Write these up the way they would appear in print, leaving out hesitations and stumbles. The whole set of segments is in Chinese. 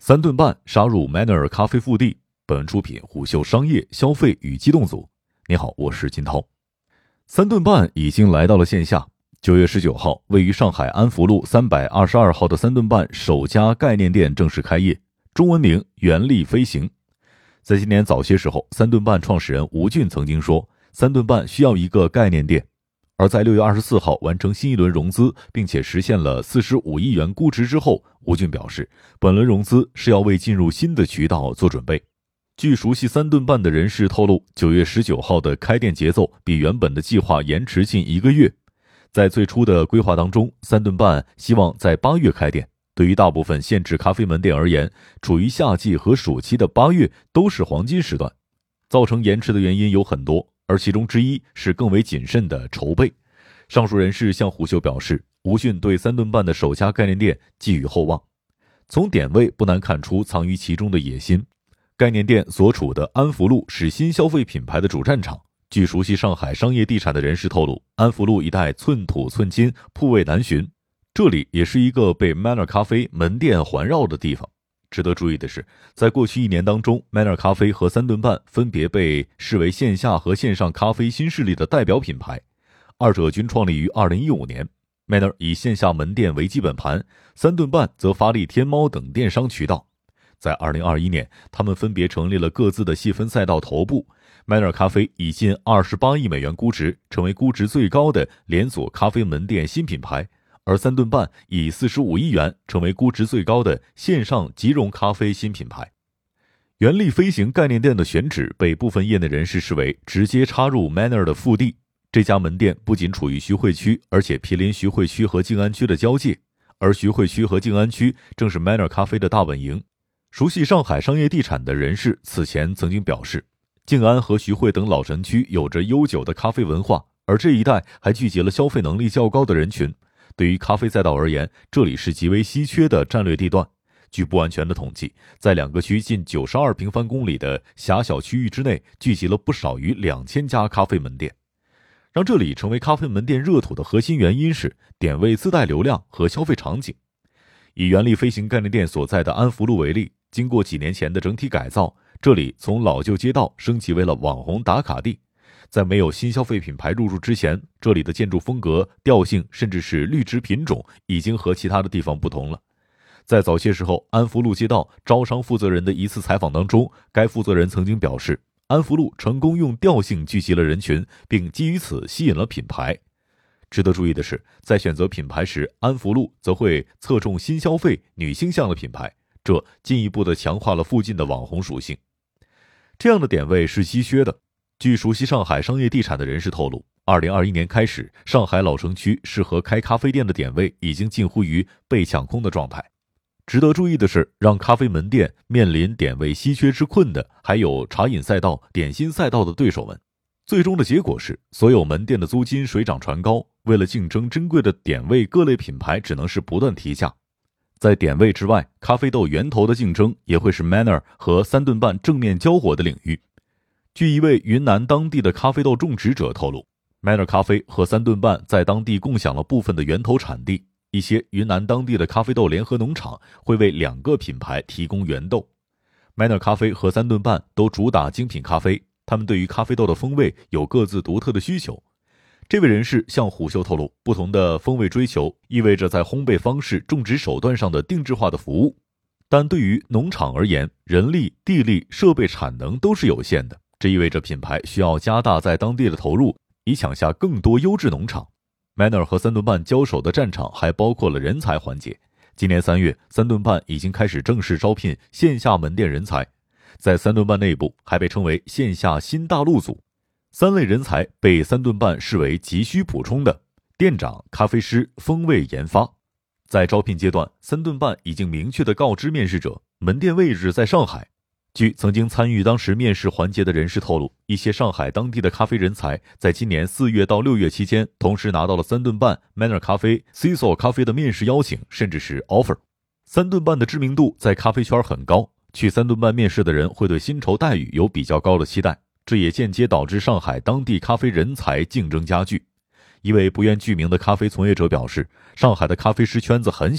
三顿半杀入 Manner 咖啡腹地。本文出品虎嗅商业消费与机动组。你好，我是金涛。三顿半已经来到了线下。9月19号，位于上海安福路322号的三顿半首家概念店正式开业，中文名原力飞行。在今年早些时候，三顿半创始人吴俊曾经说，三顿半需要一个概念店。而在6月24号完成新一轮融资，并且实现了45亿元估值之后，吴俊表示，本轮融资是要为进入新的渠道做准备。据熟悉三顿半的人士透露，9月19号的开店节奏比原本的计划延迟近1个月。在最初的规划当中，三顿半希望在8月开店。对于大部分限制咖啡门店而言，处于夏季和暑期的8月都是黄金时段。造成延迟的原因有很多，而其中之一是更为谨慎的筹备。上述人士向虎嗅表示，吴俊对三顿半的首家概念店寄予厚望。从点位不难看出藏于其中的野心。概念店所处的安福路是新消费品牌的主战场。据熟悉上海商业地产的人士透露，安福路一带寸土寸金，铺位难寻。这里也是一个被 Manner 咖啡门店环绕的地方。值得注意的是，在过去1年当中， Manner 咖啡和三顿半分别被视为线下和线上咖啡新势力的代表品牌，二者均创立于2015年。 Manner 以线下门店为基本盘，三顿半则发力天猫等电商渠道。在2021年，他们分别成立了各自的细分赛道头部。 Manner 咖啡以近28亿美元估值，成为估值最高的连锁咖啡门店新品牌，而三顿半以45亿元成为估值最高的线上即溶咖啡新品牌。原力飞行概念店的选址被部分业内人士视为直接插入 Manner 的腹地。这家门店不仅处于徐汇区，而且毗邻徐汇区和静安区的交界，而徐汇区和静安区正是 Manner 咖啡的大本营。熟悉上海商业地产的人士此前曾经表示，静安和徐汇等老城区有着悠久的咖啡文化，而这一带还聚集了消费能力较高的人群。对于咖啡赛道而言，这里是极为稀缺的战略地段。据不完全的统计，在2个区近92平方公里的狭小区域之内，聚集了不少于2000家咖啡门店。让这里成为咖啡门店热土的核心原因是点位自带流量和消费场景。以原力飞行概念店所在的安福路为例，经过几年前的整体改造，这里从老旧街道升级为了网红打卡地。在没有新消费品牌入驻之前，这里的建筑风格、调性甚至是绿植品种已经和其他的地方不同了。在早些时候，安福路街道招商负责人的一次采访当中，该负责人曾经表示，安福路成功用调性聚集了人群，并基于此吸引了品牌。值得注意的是，在选择品牌时，安福路则会侧重新消费、女性向的品牌，这进一步的强化了附近的网红属性。这样的点位是稀缺的。据熟悉上海商业地产的人士透露，2021年开始，上海老城区适合开咖啡店的点位已经近乎于被抢空的状态。值得注意的是，让咖啡门店面临点位稀缺之困的，还有茶饮赛道、点心赛道的对手们。最终的结果是，所有门店的租金水涨船高，为了竞争珍贵的点位，各类品牌只能是不断提价。在点位之外，咖啡豆源头的竞争也会是 Manner 和三顿半正面交火的领域。据一位云南当地的咖啡豆种植者透露， Manner 咖啡和三顿半在当地共享了部分的源头产地，一些云南当地的咖啡豆联合农场会为2个品牌提供原豆。 Manner 咖啡和三顿半都主打精品咖啡，他们对于咖啡豆的风味有各自独特的需求。这位人士向虎嗅透露，不同的风味追求意味着在烘焙方式、种植手段上的定制化的服务。但对于农场而言，人力、地力、设备产能都是有限的，这意味着品牌需要加大在当地的投入，以抢下更多优质农场。 Manner 和三顿半交手的战场还包括了人才环节。今年3月，三顿半已经开始正式招聘线下门店人才。在三顿半内部还被称为线下新大陆组，3类人才被三顿半视为急需补充的：店长、咖啡师、风味研发。在招聘阶段，三顿半已经明确地告知面试者，门店位置在上海。据曾经参与当时面试环节的人士透露，一些上海当地的咖啡人才在今年4月到6月期间，同时拿到了三顿半、Manner 咖啡、CSO 咖啡的面试邀请，甚至是 offer。三顿半的知名度在咖啡圈很高，去三顿半面试的人会对薪酬待遇有比较高的期待，这也间接导致上海当地咖啡人才竞争加剧。一位不愿具名的咖啡从业者表示，上海的咖啡师圈子很小，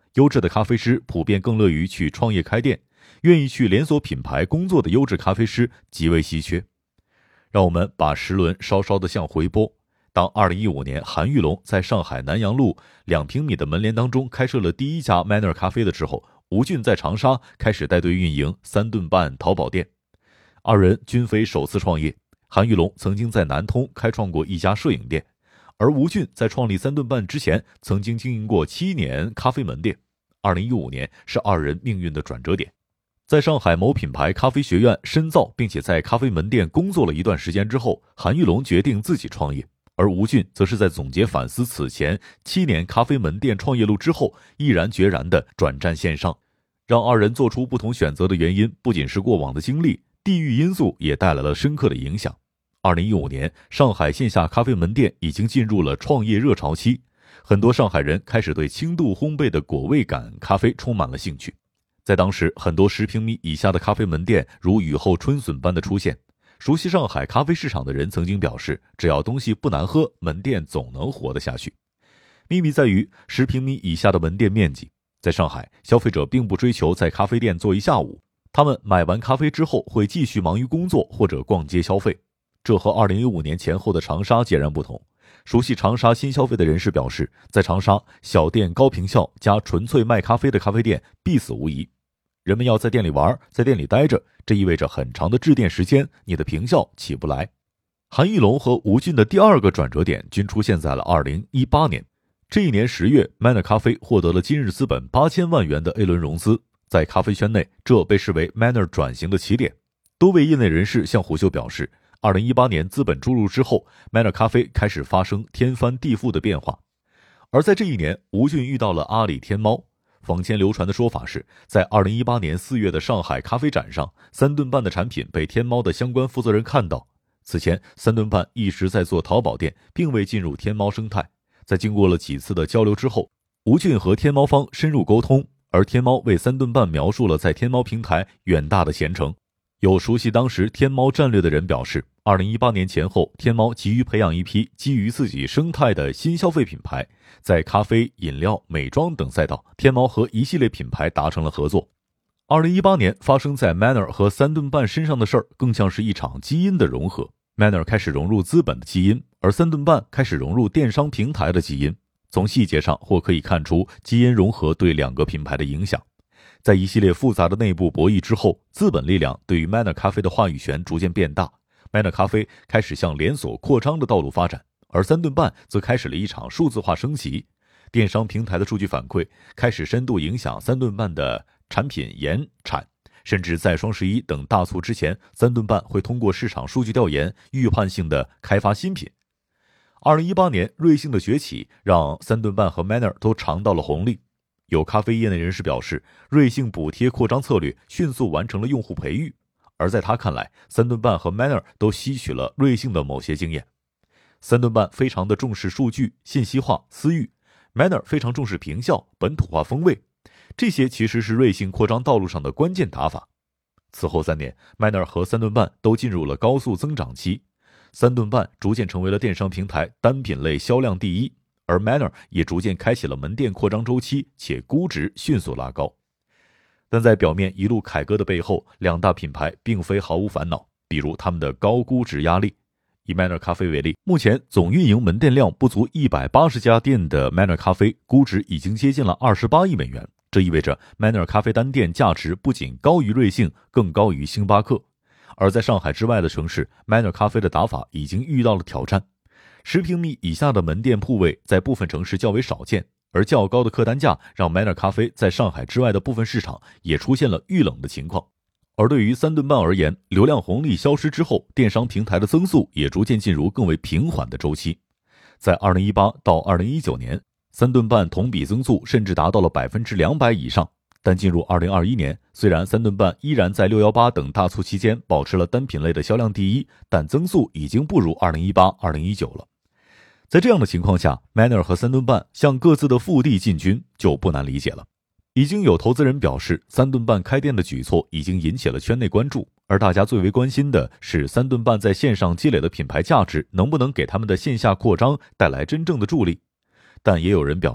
优质的咖啡师普遍更乐于去创业开店，愿意去连锁品牌工作的优质咖啡师极为稀缺。让我们把时轮稍稍的向回拨，当2015年韩玉龙在上海南阳路2平米的门帘当中开设了第一家 Manner 咖啡的时候，吴俊在长沙开始带队运营3顿半淘宝店。二人均非首次创业，韩玉龙曾经在南通开创过一家摄影店，而吴俊在创立3顿半之前曾经经营过7年咖啡门店。2015年是二人命运的转折点。在上海某品牌咖啡学院深造并且在咖啡门店工作了一段时间之后，韩玉龙决定自己创业，而吴俊则是在总结反思此前7年咖啡门店创业路之后，毅然决然地转战线上。让二人做出不同选择的原因不仅是过往的经历，地域因素也带来了深刻的影响。2015年，上海线下咖啡门店已经进入了创业热潮期，很多上海人开始对轻度烘焙的果味感咖啡充满了兴趣。在当时，很多10平米以下的咖啡门店如雨后春笋般的出现。熟悉上海咖啡市场的人曾经表示，只要东西不难喝，门店总能活得下去。秘密在于10平米以下的门店面积。在上海，消费者并不追求在咖啡店坐一下午，他们买完咖啡之后会继续忙于工作或者逛街消费。这和2015年前后的长沙截然不同。熟悉长沙新消费的人士表示，在长沙，小店高坪效加纯粹卖咖啡的咖啡店必死无疑。人们要在店里玩，在店里待着，这意味着很长的致电时间，你的坪效起不来。韩玉龙和吴俊的第二个转折点均出现在了2018年。这一年10月 ，Manner 咖啡获得了今日资本8000万元的 A 轮融资。在咖啡圈内，这被视为 Manner 转型的起点。多位业内人士向虎嗅表示，2018年资本注入之后 ，Manner 咖啡开始发生天翻地覆的变化。而在这一年，吴俊遇到了阿里天猫。坊间流传的说法是，在2018年4月的上海咖啡展上，3顿半的产品被天猫的相关负责人看到。此前3顿半一直在做淘宝店，并未进入天猫生态。在经过了几次的交流之后，吴俊和天猫方深入沟通，而天猫为3顿半描述了在天猫平台远大的前程。有熟悉当时天猫战略的人表示，2018年前后，天猫急于培养一批基于自己生态的新消费品牌，在咖啡、饮料、美妆等赛道，天猫和一系列品牌达成了合作。2018年发生在 Manner 和3顿半身上的事儿，更像是一场基因的融合。Manner 开始融入资本的基因，而3顿半开始融入电商平台的基因。从细节上或可以看出基因融合对2个品牌的影响。在一系列复杂的内部博弈之后，资本力量对于 Manner 咖啡的话语权逐渐变大。Manner 咖啡开始向连锁扩张的道路发展，而3顿半则开始了一场数字化升级。电商平台的数据反馈开始深度影响3顿半的产品研产，甚至在双11等大促之前，3顿半会通过市场数据调研预判性的开发新品。2018年，瑞幸的崛起让3顿半和 Manner 都尝到了红利。有咖啡业内人士表示，瑞幸补贴扩张策略迅速完成了用户培育，而在他看来，3顿半和 Manner 都吸取了瑞幸的某些经验。3顿半非常的重视数据、信息化、私域， Manner 非常重视坪效、本土化风味，这些其实是瑞幸扩张道路上的关键打法。此后3年， Manner 和3顿半都进入了高速增长期，3顿半逐渐成为了电商平台单品类销量第一，而 Manner 也逐渐开启了门店扩张周期，且估值迅速拉高。但在表面一路凯歌的背后，2大品牌并非毫无烦恼，比如他们的高估值压力。以 Manner 咖啡为例，目前总运营门店量不足180家店的 Manner 咖啡估值已经接近了28亿美元，这意味着 Manner 咖啡单店价值不仅高于瑞幸，更高于星巴克。而在上海之外的城市， Manner 咖啡的打法已经遇到了挑战。10平米以下的门店铺位在部分城市较为少见，而较高的客单价让 Manner 咖啡在上海之外的部分市场也出现了遇冷的情况。而对于3顿半而言，流量红利消失之后，电商平台的增速也逐渐进入更为平缓的周期。在2018到2019年，3顿半同比增速甚至达到了200%以上。但进入2021年，虽然3顿半依然在618等大促期间保持了单品类的销量第一，但增速已经不如2018、2019了。在这样的情况下， Manner 和3顿半向各自的腹地进军就不难理解了。已经有投资人表示，3顿半开店的举措已经引起了圈内关注，而大家最为关心的是3顿半在线上积累的品牌价值能不能给他们的线下扩张带来真正的助力。但也有人表示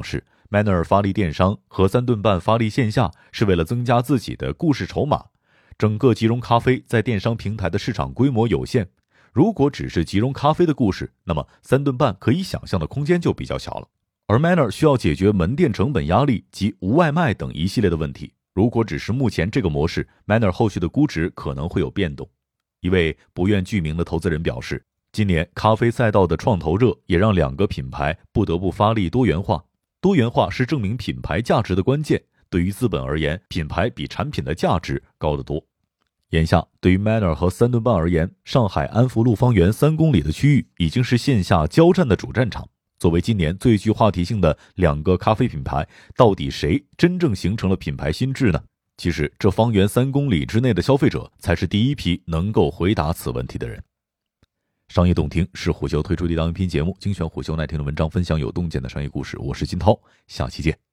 Manner 发力电商和三顿半发力线下是为了增加自己的故事筹码。整个即溶咖啡在电商平台的市场规模有限，如果只是即溶咖啡的故事，那么三顿半可以想象的空间就比较小了。而 Manner 需要解决门店成本压力及无外卖等一系列的问题。如果只是目前这个模式， Manner 后续的估值可能会有变动。一位不愿具名的投资人表示，今年咖啡赛道的创投热也让两个品牌不得不发力多元化。多元化是证明品牌价值的关键，对于资本而言，品牌比产品的价值高得多。眼下，对于 Manner 和三顿半而言，上海安福路方圆3公里的区域已经是线下交战的主战场。作为今年最具话题性的两个咖啡品牌，到底谁真正形成了品牌心智呢？其实，这方圆3公里之内的消费者才是第一批能够回答此问题的人。商业洞听是虎嗅推出的一档音频节目，精选虎嗅耐听的文章，分享有洞见的商业故事。我是金涛，下期见。